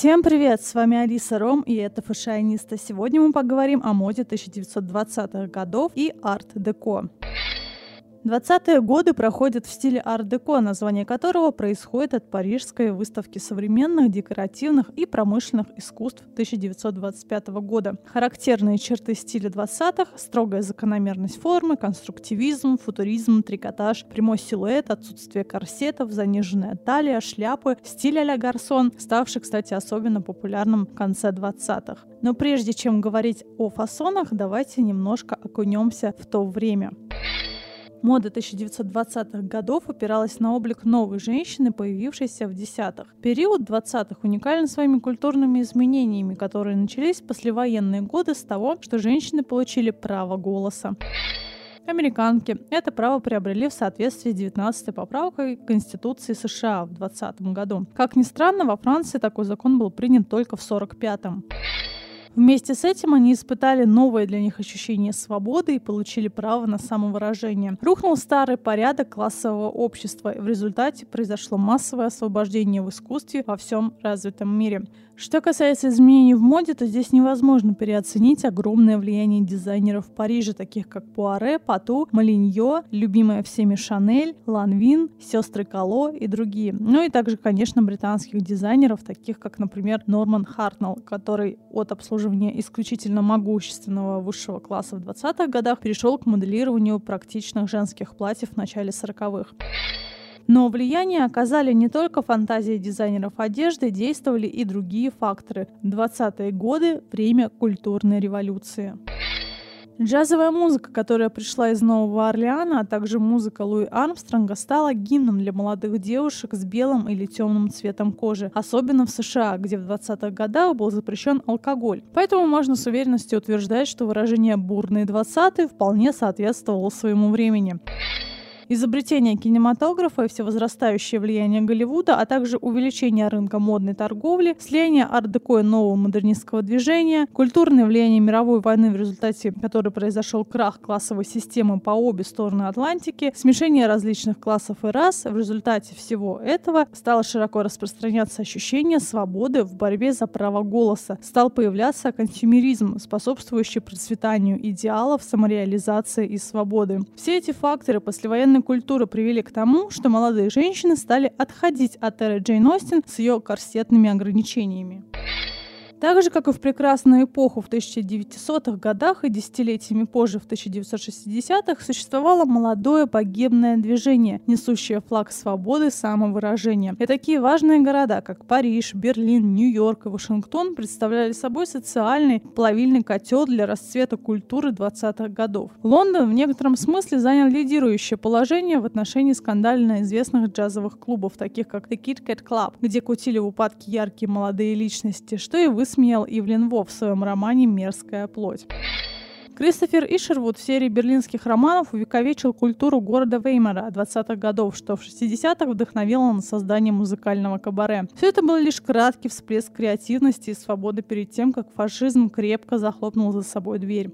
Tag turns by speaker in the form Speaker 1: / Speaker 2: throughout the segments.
Speaker 1: Всем привет! С вами Алиса Ром, и это Фэшиониста. Сегодня мы поговорим о моде 1920-х годов и арт-деко. 20-е годы проходят в стиле арт-деко, название которого происходит от Парижской выставки современных, декоративных и промышленных искусств 1925 года. Характерные черты стиля 20-х – строгая закономерность формы, конструктивизм, футуризм, трикотаж, прямой силуэт, отсутствие корсетов, заниженная талия, шляпы, стиль а-ля гарсон, ставший, кстати, особенно популярным в конце 20-х. Но прежде чем говорить о фасонах, давайте немножко окунемся в то время. Мода 1920-х годов опиралась на облик новой женщины, появившейся в десятых. Период 20-х уникален своими культурными изменениями, которые начались в послевоенные годы с того, что женщины получили право голоса. Американки это право приобрели в соответствии с 19-й поправкой Конституции США в 2020 году. Как ни странно, во Франции такой закон был принят только в 1945-м. Вместе с этим они испытали новое для них ощущение свободы и получили право на самовыражение. Рухнул старый порядок классового общества, и в результате произошло массовое освобождение в искусстве во всем развитом мире. Что касается изменений в моде, то здесь невозможно переоценить огромное влияние дизайнеров в Париже, таких как Пуаре, Пату, Малиньо, любимая всеми Шанель, Ланвин, сестры Кало и другие. Ну и также, конечно, британских дизайнеров, таких как, например, Норман Хартнелл, который от обслуживания исключительно могущественного высшего класса в 20-х годах перешел к моделированию практичных женских платьев в начале 40-х. Но влияние оказали не только фантазии дизайнеров одежды, действовали и другие факторы. 20-е годы – время культурной революции. Джазовая музыка, которая пришла из Нового Орлеана, а также музыка Луи Армстронга, стала гимном для молодых девушек с белым или темным цветом кожи, особенно в США, где в 20-х годах был запрещен алкоголь. Поэтому можно с уверенностью утверждать, что выражение «бурные 20-е» вполне соответствовало своему времени. Изобретение кинематографа и всевозрастающее влияние Голливуда, а также увеличение рынка модной торговли, слияние арт-деко и нового модернистского движения, культурное влияние мировой войны, в результате которой произошел крах классовой системы по обе стороны Атлантики, смешение различных классов и рас, в результате всего этого стало широко распространяться ощущение свободы в борьбе за право голоса, стал появляться консюмеризм, способствующий процветанию идеалов самореализации и свободы. Все эти факторы послевоенной культуры привели к тому, что молодые женщины стали отходить от эры Джейн Остин с ее корсетными ограничениями. Так же, как и в прекрасную эпоху в 1900-х годах и десятилетиями позже, в 1960-х, существовало молодое богемное движение, несущее флаг свободы самовыражения. И такие важные города, как Париж, Берлин, Нью-Йорк и Вашингтон, представляли собой социальный плавильный котел для расцвета культуры 20-х годов. Лондон в некотором смысле занял лидирующее положение в отношении скандально известных джазовых клубов, таких как The Kit Kat Club, где кутили в упадке яркие молодые личности, что и высмеял Ивлин Во в своем романе «Мерзкая плоть». Кристофер Ишервуд в серии берлинских романов увековечил культуру города Веймара 20-х годов, что в 60-х вдохновило на создание музыкального кабаре. Все это был лишь краткий всплеск креативности и свободы перед тем, как фашизм крепко захлопнул за собой дверь.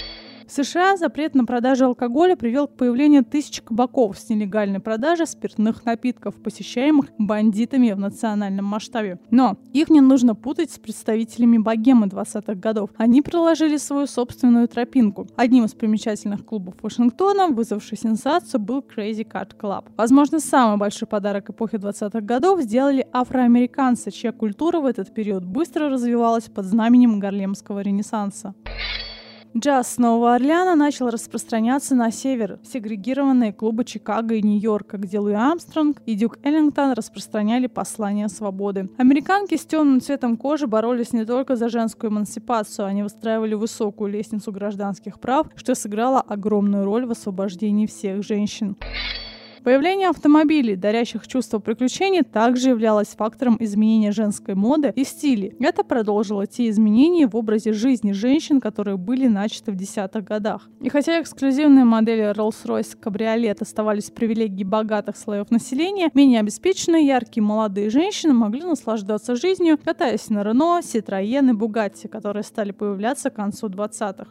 Speaker 1: В США запрет на продажу алкоголя привел к появлению тысяч кабаков с нелегальной продажей спиртных напитков, посещаемых бандитами в национальном масштабе. Но их не нужно путать с представителями богемы 20-х годов. Они проложили свою собственную тропинку. Одним из примечательных клубов Вашингтона, вызвавший сенсацию, был Crazy Cat Club. Возможно, самый большой подарок эпохи 20-х годов сделали афроамериканцы, чья культура в этот период быстро развивалась под знаменем Гарлемского ренессанса. Джаз с Нового Орлеана начал распространяться на север, в сегрегированные клубы Чикаго и Нью-Йорка, где Луи Армстронг и Дюк Эллингтон распространяли послание свободы. Американки с темным цветом кожи боролись не только за женскую эмансипацию, они выстраивали высокую лестницу гражданских прав, что сыграло огромную роль в освобождении всех женщин. Появление автомобилей, дарящих чувство приключений, также являлось фактором изменения женской моды и стиля. Это продолжило те изменения в образе жизни женщин, которые были начаты в 10-х годах. И хотя эксклюзивные модели Rolls-Royce кабриолет оставались привилегией богатых слоев населения, менее обеспеченные яркие молодые женщины могли наслаждаться жизнью, катаясь на Рено, Citroёn и Bugatti, которые стали появляться к концу 20-х.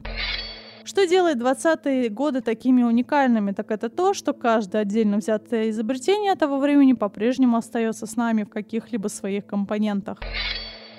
Speaker 1: Что делает 20-е годы такими уникальными, так это то, что каждое отдельно взятое изобретение того времени по-прежнему остается с нами в каких-либо своих компонентах.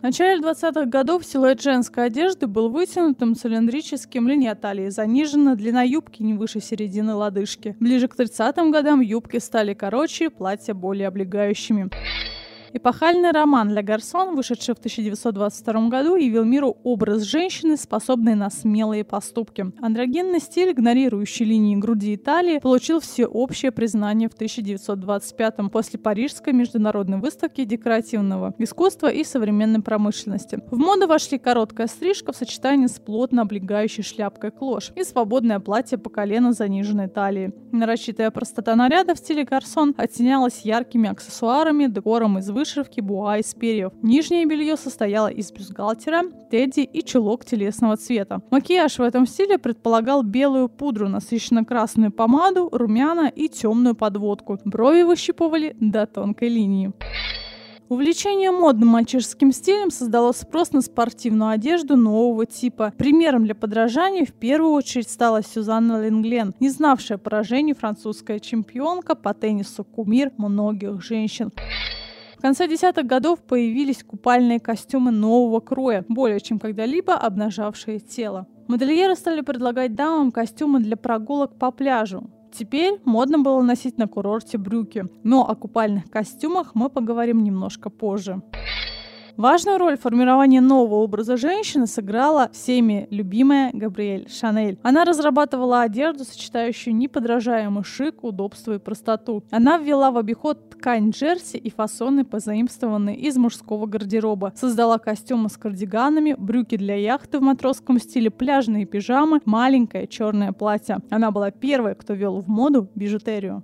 Speaker 1: В начале 20-х годов силуэт женской одежды был вытянутым, цилиндрическим, линия талии занижена, длина юбки не выше середины лодыжки. Ближе к 30-м годам юбки стали короче, платья более облегающими. Эпохальный роман «Ля Гарсон», вышедший в 1922 году, явил миру образ женщины, способной на смелые поступки. Андрогенный стиль, игнорирующий линии груди и талии, получил всеобщее признание в 1925-м после Парижской международной выставки декоративного искусства и современной промышленности. В моду вошли короткая стрижка в сочетании с плотно облегающей шляпкой клош и свободное платье по колено заниженной талии. Нарочитая простота наряда в стиле гарсон оттенялась яркими аксессуарами, декором из вышивки, буа из перьев. Нижнее белье состояло из бюстгальтера, тедди и чулок телесного цвета. Макияж в этом стиле предполагал белую пудру, насыщенно-красную помаду, румяна и темную подводку. Брови выщипывали до тонкой линии. Увлечение модным мальчишеским стилем создало спрос на спортивную одежду нового типа. Примером для подражания в первую очередь стала Сюзанна Линглен, не знавшая поражений французская чемпионка по теннису, кумир многих женщин. В конце десятых годов появились купальные костюмы нового кроя, более чем когда-либо обнажавшие тело. Модельеры стали предлагать дамам костюмы для прогулок по пляжу. Теперь модно было носить на курорте брюки, но о купальных костюмах мы поговорим немножко позже. Важную роль в формировании нового образа женщины сыграла всеми любимая Габриэль Шанель. Она разрабатывала одежду, сочетающую неподражаемый шик, удобство и простоту. Она ввела в обиход ткань джерси и фасоны, позаимствованные из мужского гардероба. Создала костюмы с кардиганами, брюки для яхты в матросском стиле, пляжные пижамы, маленькое черное платье. Она была первой, кто ввел в моду бижутерию.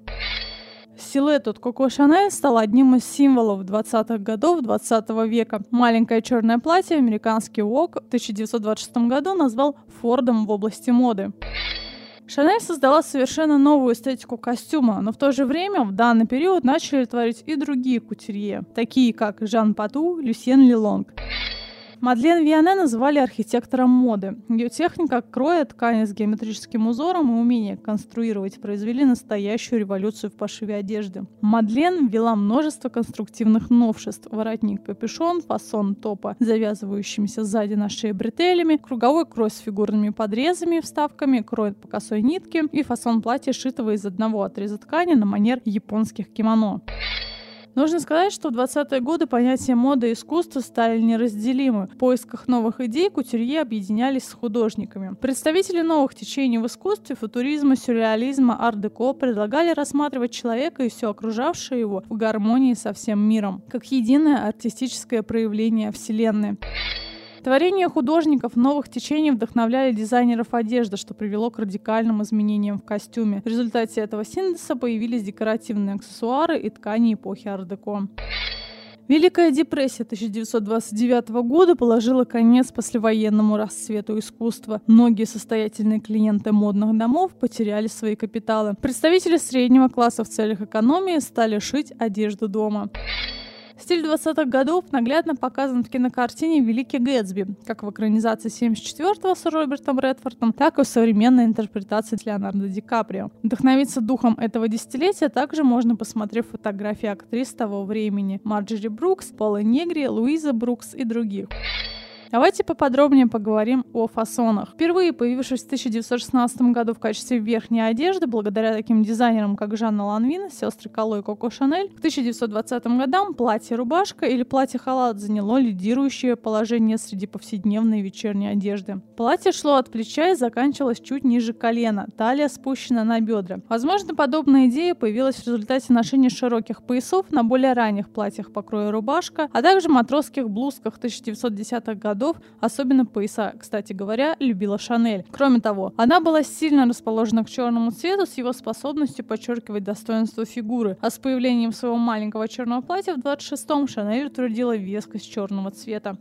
Speaker 1: Силуэт от Коко Шанель стал одним из символов 20-х годов 20 века. Маленькое черное платье американский Уок в 1926 году назвал Фордом в области моды. Шанель создала совершенно новую эстетику костюма, но в то же время в данный период начали творить и другие кутюрье, такие как Жан Пату, Люсьен Лелонг. Мадлен Виане называли архитектором моды. Ее техника кроя ткани с геометрическим узором и умение конструировать произвели настоящую революцию в пошиве одежды. Мадлен ввела множество конструктивных новшеств: воротник-капюшон, фасон топа, завязывающимися сзади на шее бретелями, круговой крой с фигурными подрезами, вставками, крой по косой нитке и фасон платья, шитого из одного отреза ткани на манер японских кимоно. Нужно сказать, что в 20-е годы понятия моды и искусства стали неразделимы. В поисках новых идей кутюрье объединялись с художниками. Представители новых течений в искусстве, футуризма, сюрреализма, ар-деко предлагали рассматривать человека и все окружавшее его в гармонии со всем миром, как единое артистическое проявление Вселенной. Творения художников новых течений вдохновляли дизайнеров одежды, что привело к радикальным изменениям в костюме. В результате этого синтеза появились декоративные аксессуары и ткани эпохи ар-деко. Великая депрессия 1929 года положила конец послевоенному расцвету искусства. Многие состоятельные клиенты модных домов потеряли свои капиталы. Представители среднего класса в целях экономии стали шить одежду дома. Стиль 20-х годов наглядно показан в кинокартине «Великий Гэтсби», как в экранизации 1974-го с Робертом Редфордом, так и в современной интерпретации с Леонардо Ди Каприо. Вдохновиться духом этого десятилетия также можно, посмотрев фотографии актрис того времени: Марджери Брукс, Пола Негри, Луиза Брукс и других. Давайте поподробнее поговорим о фасонах. Впервые появившись в 1916 году в качестве верхней одежды, благодаря таким дизайнерам, как Жанна Ланвин, сестры Кало и Коко Шанель, к 1920 годам платье-рубашка или платье-халат заняло лидирующее положение среди повседневной вечерней одежды. Платье шло от плеча и заканчивалось чуть ниже колена, талия спущена на бедра. Возможно, подобная идея появилась в результате ношения широких поясов на более ранних платьях покроя рубашка, а также матросских блузках 1910-х годов. Особенно пояса, кстати говоря, любила Шанель. Кроме того, она была сильно расположена к черному цвету с его способностью подчеркивать достоинство фигуры, а с появлением своего маленького черного платья в 26-м Шанель утвердила вескость черного цвета.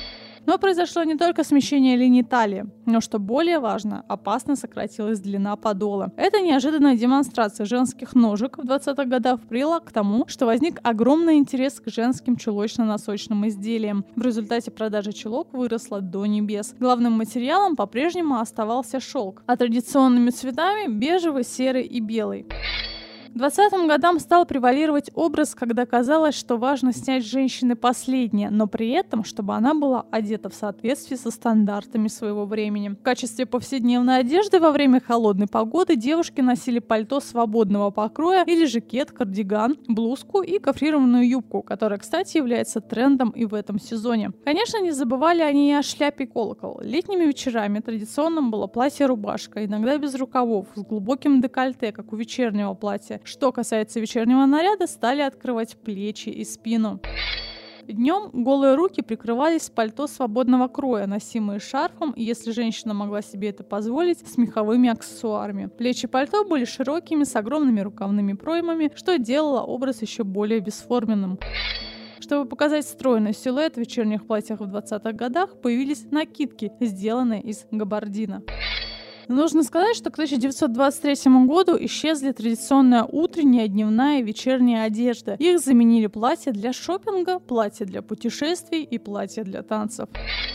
Speaker 1: Но произошло не только смещение линии талии, но, что более важно, опасно сократилась длина подола. Эта неожиданная демонстрация женских ножек в 20-х годах привела к тому, что возник огромный интерес к женским чулочно-носочным изделиям. В результате продажа чулок выросла до небес. Главным материалом по-прежнему оставался шелк, а традиционными цветами – бежевый, серый и белый. К 20-м годам стал превалировать образ, когда казалось, что важно снять с женщины последнее, но при этом, чтобы она была одета в соответствии со стандартами своего времени. В качестве повседневной одежды во время холодной погоды девушки носили пальто свободного покроя или жакет, кардиган, блузку и гофрированную юбку, которая, кстати, является трендом и в этом сезоне. Конечно, не забывали они и о шляпе колокол. Летними вечерами традиционным было платье-рубашка, иногда без рукавов, с глубоким декольте, как у вечернего платья. Что касается вечернего наряда, стали открывать плечи и спину. Днем голые руки прикрывались пальто свободного кроя, носимые шарфом, и если женщина могла себе это позволить, с меховыми аксессуарами. Плечи пальто были широкими, с огромными рукавными проймами, что делало образ еще более бесформенным. Чтобы показать стройный силуэт в вечерних платьях в 20-х годах, появились накидки, сделанные из габардина. Нужно сказать, что к 1923 году исчезли традиционная утренняя, дневная и вечерняя одежда. Их заменили платья для шопинга, платья для путешествий и платья для танцев.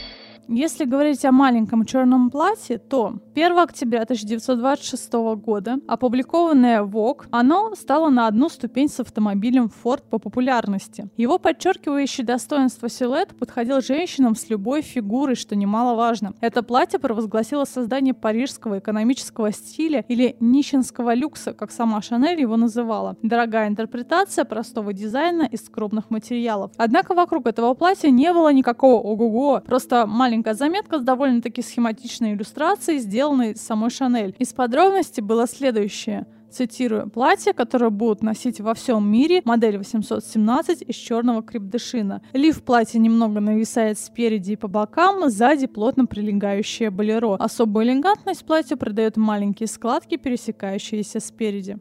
Speaker 1: Если говорить о маленьком черном платье, то 1 октября 1926 года, опубликованное Vogue, оно стало на одну ступень с автомобилем Ford по популярности. Его подчеркивающий достоинство силуэт подходил женщинам с любой фигурой, что немаловажно. Это платье провозгласило создание парижского экономического стиля или нищенского люкса, как сама Шанель его называла. Дорогая интерпретация простого дизайна из скромных материалов. Однако вокруг этого платья не было никакого ого-го, просто маленькая заметка с довольно-таки схематичной иллюстрацией, сделанной самой Шанель. Из подробностей было следующее. Цитирую: «Платье, которое будут носить во всем мире, модель 817 из черного крепдешина. Лиф платья немного нависает спереди и по бокам, сзади плотно прилегающее болеро. Особую элегантность платью придают маленькие складки, пересекающиеся спереди».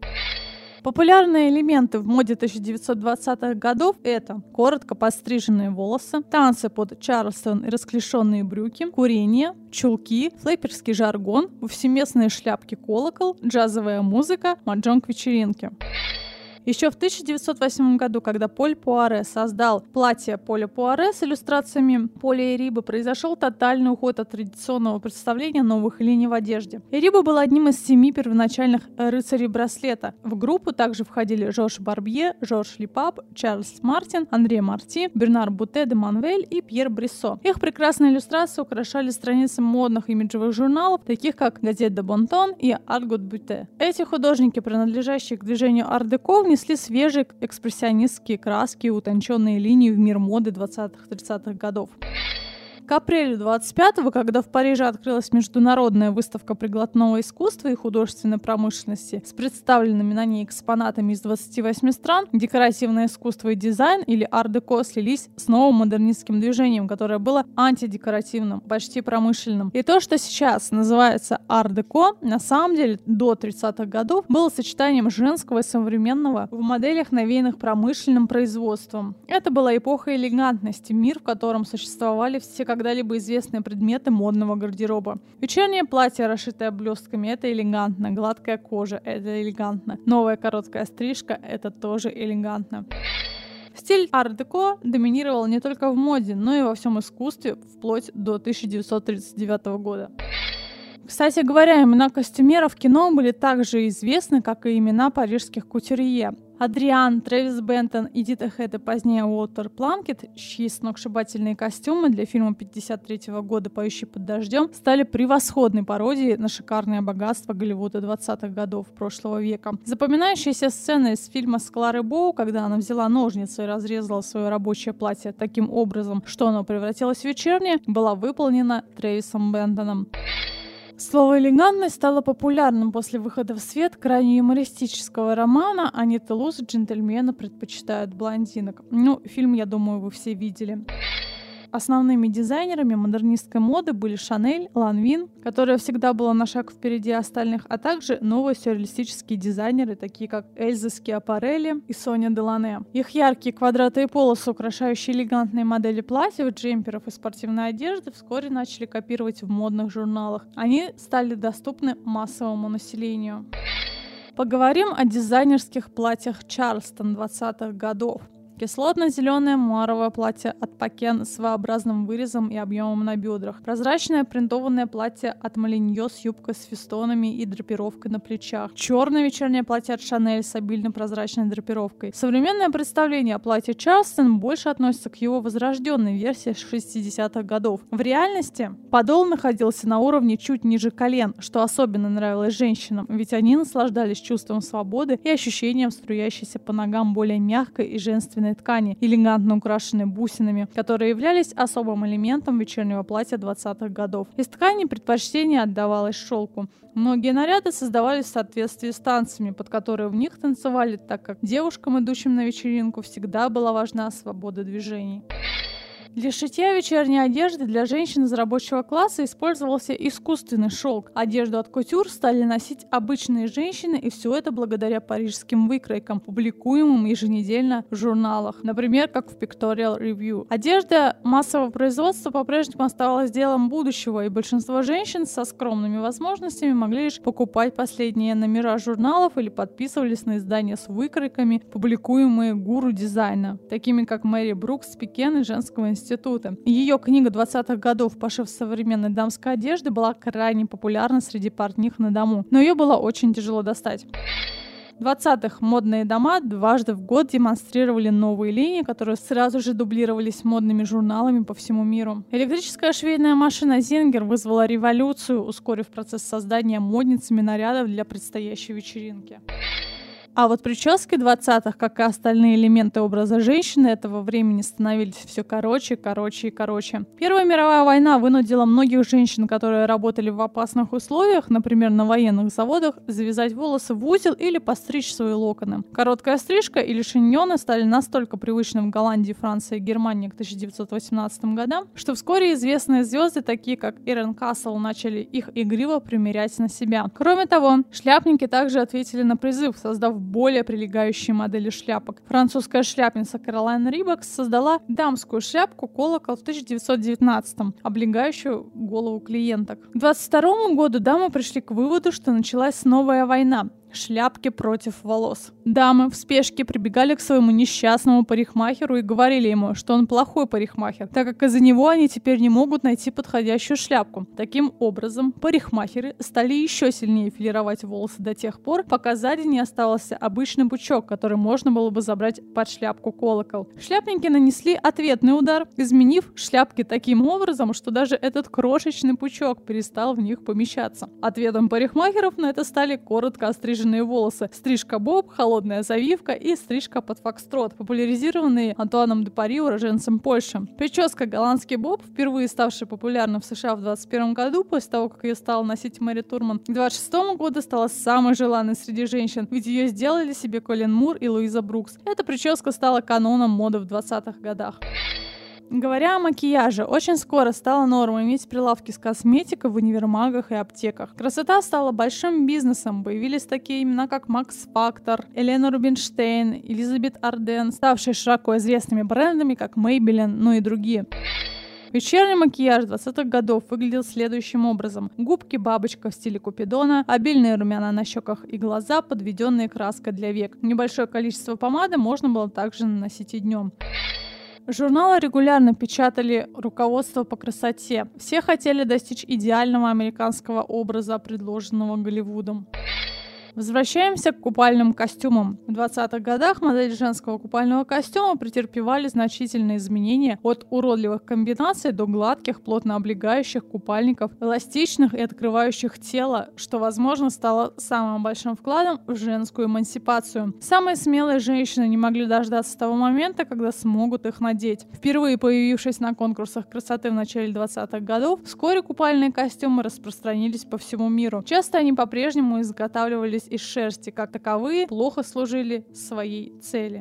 Speaker 1: Популярные элементы в моде 1920-х годов — это коротко подстриженные волосы, танцы под Чарльстон и расклешенные брюки, курение, чулки, флэперский жаргон, повсеместные шляпки-колокол, джазовая музыка, маджонг-вечеринки. Еще в 1908 году, когда Поль Пуаре создал платье Поля Пуаре с иллюстрациями Поля Эриба, произошел тотальный уход от традиционного представления новых линий в одежде. Эриба был одним из 7 первоначальных рыцарей браслета. В группу также входили Жорж Барбье, Жорж Липап, Чарльз Мартин, Андре Марти, Бернар Буте де Манвель и Пьер Брессо. Их прекрасные иллюстрации украшали страницы модных имиджевых журналов, таких как «Газет де Бонтон» и «Аргот Бюте». Эти художники, принадлежащие к движению ар-деко, внесли свежие экспрессионистские краски и утонченные линии в мир моды 20-30-х годов. К апрелю 25-го, когда в Париже открылась международная выставка прикладного искусства и художественной промышленности с представленными на ней экспонатами из 28 стран, декоративное искусство и дизайн или ар-деко слились с новым модернистским движением, которое было антидекоративным, почти промышленным. И то, что сейчас называется ар-деко, на самом деле до 30-х годов было сочетанием женского и современного в моделях, навеянных промышленным производством. Это была эпоха элегантности, мир, в котором существовали все когда-либо известные предметы модного гардероба. Вечернее платье, расшитое блестками, это элегантно. Гладкая кожа, это элегантно. Новая короткая стрижка, это тоже элегантно. Стиль ар-деко доминировал не только в моде, но и во всем искусстве вплоть до 1939 года. Кстати говоря, имена костюмеров кино были также известны, как и имена парижских кутюрье. Адриан, Трэвис Бентон, Эдита Хэт и позднее Уолтер Планкетт, чьи сногсшибательные костюмы для фильма 1953 года «Поющий под дождем» стали превосходной пародией на шикарное богатство Голливуда 20-х годов прошлого века. Запоминающаяся сцена из фильма с Кларой Боу, когда она взяла ножницы и разрезала свое рабочее платье таким образом, что оно превратилось в вечернее, была выполнена Трэвисом Бентоном. Слово «элегантность» стало популярным после выхода в свет крайне юмористического романа «Анита Луз. Джентльмены предпочитают блондинок». Фильм, я думаю, вы все видели. Основными дизайнерами модернистской моды были Шанель, Ланвин, которая всегда была на шаг впереди остальных, а также новые сюрреалистические дизайнеры, такие как Эльза Скиапарелли и Соня Делане. Их яркие квадраты и полосы, украшающие элегантные модели платьев, джемперов и спортивной одежды, вскоре начали копировать в модных журналах. Они стали доступны массовому населению. Поговорим о дизайнерских платьях Чарльстон 20-х годов. Кислотно-зеленое муаровое платье от Пакен с V-образным вырезом и объемом на бедрах. Прозрачное принтованное платье от Малиньо с юбкой с фестонами и драпировкой на плечах. Черное вечернее платье от Шанель с обильно прозрачной драпировкой. Современное представление о платье Чарльстон больше относится к его возрожденной версии 60-х годов. В реальности подол находился на уровне чуть ниже колен, что особенно нравилось женщинам, ведь они наслаждались чувством свободы и ощущением струящейся по ногам более мягкой и женственной ткани, элегантно украшенной бусинами, которые являлись особым элементом вечернего платья 20-х годов. Из ткани предпочтение отдавалось шелку. Многие наряды создавались в соответствии с танцами, под которые в них танцевали, так как девушкам, идущим на вечеринку, всегда была важна свобода движений. Для шитья вечерней одежды для женщин из рабочего класса использовался искусственный шелк. Одежду от кутюр стали носить обычные женщины, и все это благодаря парижским выкройкам, публикуемым еженедельно в журналах, например, как в Pictorial Review. Одежда массового производства по-прежнему оставалась делом будущего, и большинство женщин со скромными возможностями могли лишь покупать последние номера журналов или подписывались на издания с выкройками, публикуемые гуру дизайна, такими как Мэри Брукс Пикен из женского института. Ее книга 20-х годов «Пошив современной дамской одежды» была крайне популярна среди портних на дому, но ее было очень тяжело достать. В 20-х модные дома дважды в год демонстрировали новые линии, которые сразу же дублировались модными журналами по всему миру. Электрическая швейная машина Зингер вызвала революцию, ускорив процесс создания модницами нарядов для предстоящей вечеринки. А вот прически 20-х, как и остальные элементы образа женщины этого времени, становились все короче, короче и короче. Первая мировая война вынудила многих женщин, которые работали в опасных условиях, например, на военных заводах, завязать волосы в узел или постричь свои локоны. Короткая стрижка или шиньоны стали настолько привычны в Голландии, Франции и Германии к 1918 годам, что вскоре известные звезды, такие как Ирен Кассел, начали их игриво примерять на себя. Кроме того, шляпники также ответили на призыв, создав более прилегающие модели шляпок. Французская шляпница Каролайн Рибакс создала дамскую шляпку колокол в 1919-м, облегающую голову клиенток. К 1922 году дамы пришли к выводу, что началась новая война. Шляпки против волос. Дамы в спешке прибегали к своему несчастному парикмахеру и говорили ему, что он плохой парикмахер, так как из-за него они теперь не могут найти подходящую шляпку. Таким образом, парикмахеры стали еще сильнее филировать волосы до тех пор, пока сзади не остался обычный пучок, который можно было бы забрать под шляпку колокол. Шляпники нанесли ответный удар, изменив шляпки таким образом, что даже этот крошечный пучок перестал в них помещаться. Ответом парикмахеров на это стали коротко остриженные волосы, стрижка боб, холодная завивка и стрижка под фокстрот, популяризированные Антуаном де Пари, уроженцем Польши. Прическа голландский боб, впервые ставшая популярной в США в 2021 году, после того, как ее стала носить Мэри Турман, к 2026 году стала самой желанной среди женщин, ведь ее сделали себе Колин Мур и Луиза Брукс. Эта прическа стала каноном моды в 20-х годах. Говоря о макияже, очень скоро стала нормой иметь прилавки с косметикой в универмагах и аптеках. Красота стала большим бизнесом. Появились такие имена, как Макс Фактор, Елена Рубинштейн, Элизабет Арден, ставшие широко известными брендами, как Maybelline, ну и другие. Вечерний макияж 20-х годов выглядел следующим образом. Губки-бабочка в стиле Купидона, обильные румяна на щеках и глаза, подведенные краской для век. Небольшое количество помады можно было также наносить и днем. Журналы регулярно печатали руководство по красоте. Все хотели достичь идеального американского образа, предложенного Голливудом. Возвращаемся к купальным костюмам. В 20-х годах модели женского купального костюма претерпевали значительные изменения от уродливых комбинаций до гладких, плотно облегающих купальников, эластичных и открывающих тело, что, возможно, стало самым большим вкладом в женскую эмансипацию. Самые смелые женщины не могли дождаться того момента, когда смогут их надеть. Впервые появившись на конкурсах красоты в начале 20-х годов, вскоре купальные костюмы распространились по всему миру. Часто они по-прежнему изготавливались из шерсти, как таковые плохо служили своей цели.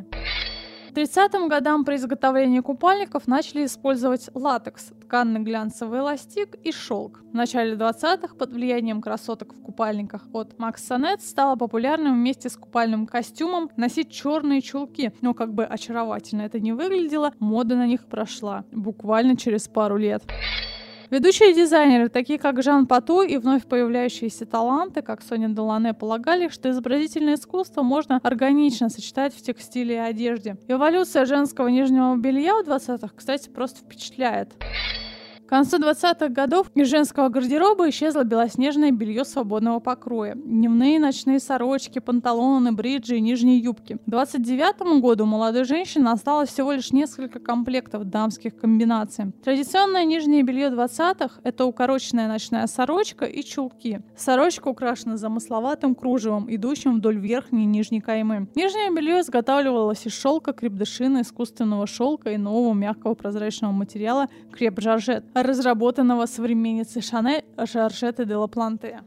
Speaker 1: К 30-м годам при изготовлении купальников начали использовать латекс, тканный глянцевый эластик и шелк. В начале 20-х под влиянием красоток в купальниках от Max Sonet стало популярным вместе с купальным костюмом носить черные чулки. Но как бы очаровательно это ни выглядело, мода на них прошла буквально через пару лет. Ведущие дизайнеры, такие как Жан Пату и вновь появляющиеся таланты, как Соня Делане, полагали, что изобразительное искусство можно органично сочетать в текстиле и одежде. Эволюция женского нижнего белья в 20-х, кстати, просто впечатляет. К концу 20-х годов из женского гардероба исчезло белоснежное белье свободного покроя. Дневные и ночные сорочки, панталоны, бриджи и нижние юбки. К 29-му году у молодой женщины осталось всего лишь несколько комплектов дамских комбинаций. Традиционное нижнее белье 20-х – это укороченная ночная сорочка и чулки. Сорочка украшена замысловатым кружевом, идущим вдоль верхней и нижней каймы. Нижнее белье изготавливалось из шелка, креп-де-шина, искусственного шелка и нового мягкого прозрачного материала креп-жоржет, разработанного современницей Шанель Жоржеттой де ла Планте.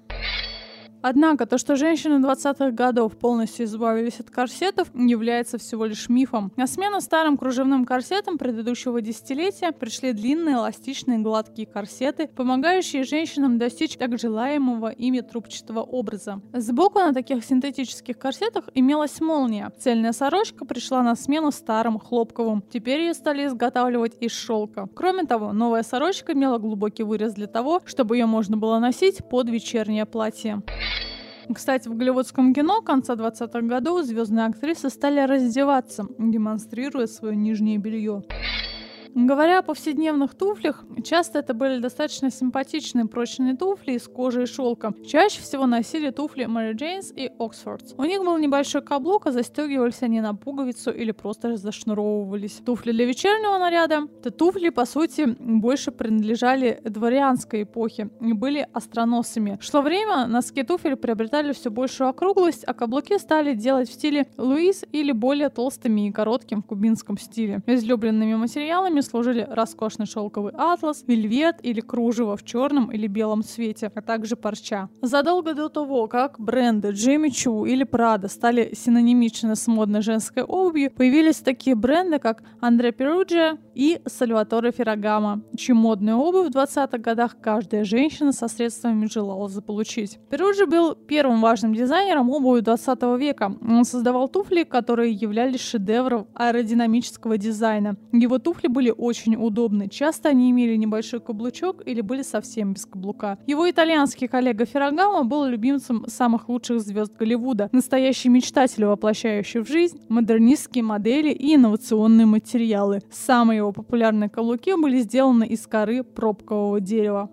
Speaker 1: Однако то, что женщины 20-х годов полностью избавились от корсетов, является всего лишь мифом. На смену старым кружевным корсетам предыдущего десятилетия пришли длинные, эластичные, гладкие корсеты, помогающие женщинам достичь так желаемого ими трубчатого образа. Сбоку на таких синтетических корсетах имелась молния. Цельная сорочка пришла на смену старым хлопковым. Теперь ее стали изготавливать из шелка. Кроме того, новая сорочка имела глубокий вырез для того, чтобы ее можно было носить под вечернее платье. Кстати, в голливудском кино конца 20-х годов звездные актрисы стали раздеваться, демонстрируя свое нижнее белье. Говоря о повседневных туфлях, часто это были достаточно симпатичные прочные туфли из кожи и шелка. Чаще всего носили туфли Mary Jane's и Oxfords. У них был небольшой каблук, а застегивались они на пуговицу или просто зашнуровывались. Туфли для вечернего наряда. Это туфли, по сути, больше принадлежали дворянской эпохе и были остроносыми. Шло время, носки туфель приобретали все большую округлость, а каблуки стали делать в стиле Луис или более толстыми и коротким в кубинском стиле. Излюбленными материалами служили роскошный шелковый атлас, вельвет или кружево в черном или белом цвете, а также парча. Задолго до того, как бренды Джимми Чу или Прада стали синонимичны с модной женской обувью, появились такие бренды, как Андре Перуджио и Сальваторе Феррагамо, чью модную обувь в 20-х годах каждая женщина со средствами желала заполучить. Перуджио был первым важным дизайнером обуви 20 века. Он создавал туфли, которые являлись шедевром аэродинамического дизайна. Его туфли были очень удобны. Часто они имели небольшой каблучок или были совсем без каблука. Его итальянский коллега Феррагамо был любимцем самых лучших звезд Голливуда, настоящий мечтатель, воплощающий в жизнь модернистские модели и инновационные материалы. Самые его популярные каблуки были сделаны из коры пробкового дерева.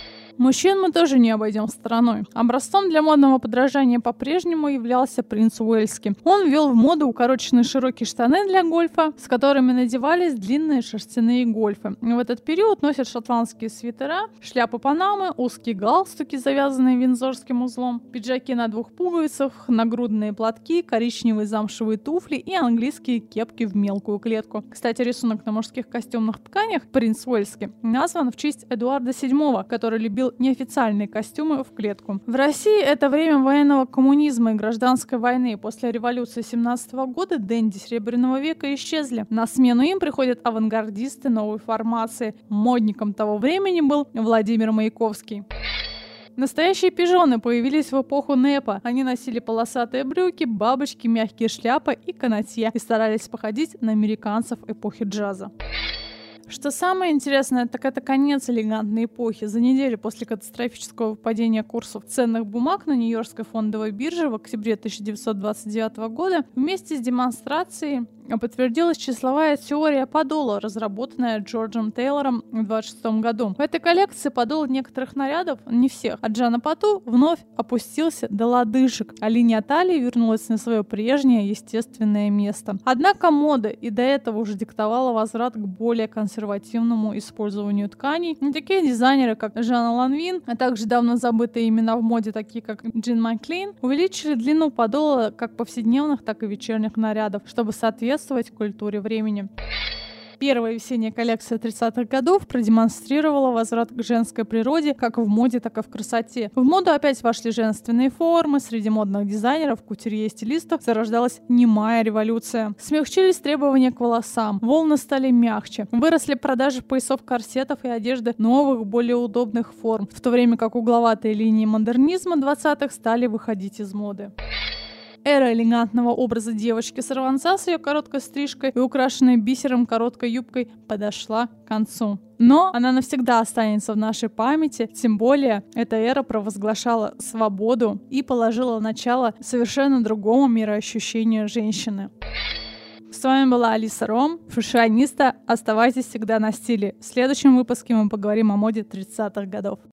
Speaker 1: Мужчин мы тоже не обойдем стороной. Образцом для модного подражания по-прежнему являлся принц Уэльский. Он ввел в моду укороченные широкие штаны для гольфа, с которыми надевались длинные шерстяные гольфы. В этот период носят шотландские свитера, шляпы панамы, узкие галстуки, завязанные виндзорским узлом, пиджаки на двух пуговицах, нагрудные платки, коричневые замшевые туфли и английские кепки в мелкую клетку. Кстати, рисунок на мужских костюмных тканях «Принц Уэльский» назван в честь Эдуарда VII, который любил неофициальные костюмы в клетку. В России это время военного коммунизма и гражданской войны. После революции 17 года денди Серебряного века исчезли. На смену им приходят авангардисты новой формации. Модником того времени был Владимир Маяковский. Настоящие пижоны появились в эпоху НЭПа. Они носили полосатые брюки, бабочки, мягкие шляпы и канатье и старались походить на американцев эпохи джаза. Что самое интересное, так это конец элегантной эпохи. За неделю после катастрофического падения курсов ценных бумаг на Нью-Йоркской фондовой бирже в октябре 1929 года вместе с демонстрацией подтвердилась числовая теория подола, разработанная Джорджем Тейлором в 1926 году. В этой коллекции подол некоторых нарядов, не всех, от Жана Пату вновь опустился до лодыжек, а линия талии вернулась на свое прежнее естественное место. Однако мода и до этого уже диктовала возврат к более консервативному использованию тканей. И такие дизайнеры, как Жанна Ланвин, а также давно забытые имена в моде, такие как Джин Маклин, увеличили длину подола как повседневных, так и вечерних нарядов, чтобы соответствовать культуре времени. Первая весенняя коллекция 30-х годов продемонстрировала возврат к женской природе как в моде, так и в красоте. В моду опять вошли женственные формы, среди модных дизайнеров, кутюрье и стилистов зарождалась немая революция. Смягчились требования к волосам, волны стали мягче, выросли продажи поясов, корсетов и одежды новых, более удобных форм, в то время как угловатые линии модернизма 20-х стали выходить из моды. Эра элегантного образа девочки-сорванца с ее короткой стрижкой и украшенной бисером короткой юбкой подошла к концу. Но она навсегда останется в нашей памяти, тем более эта эра провозглашала свободу и положила начало совершенно другому мироощущению женщины. С вами была Алиса Ром, фэшиониста. Оставайтесь всегда на стиле. В следующем выпуске мы поговорим о моде 30-х годов.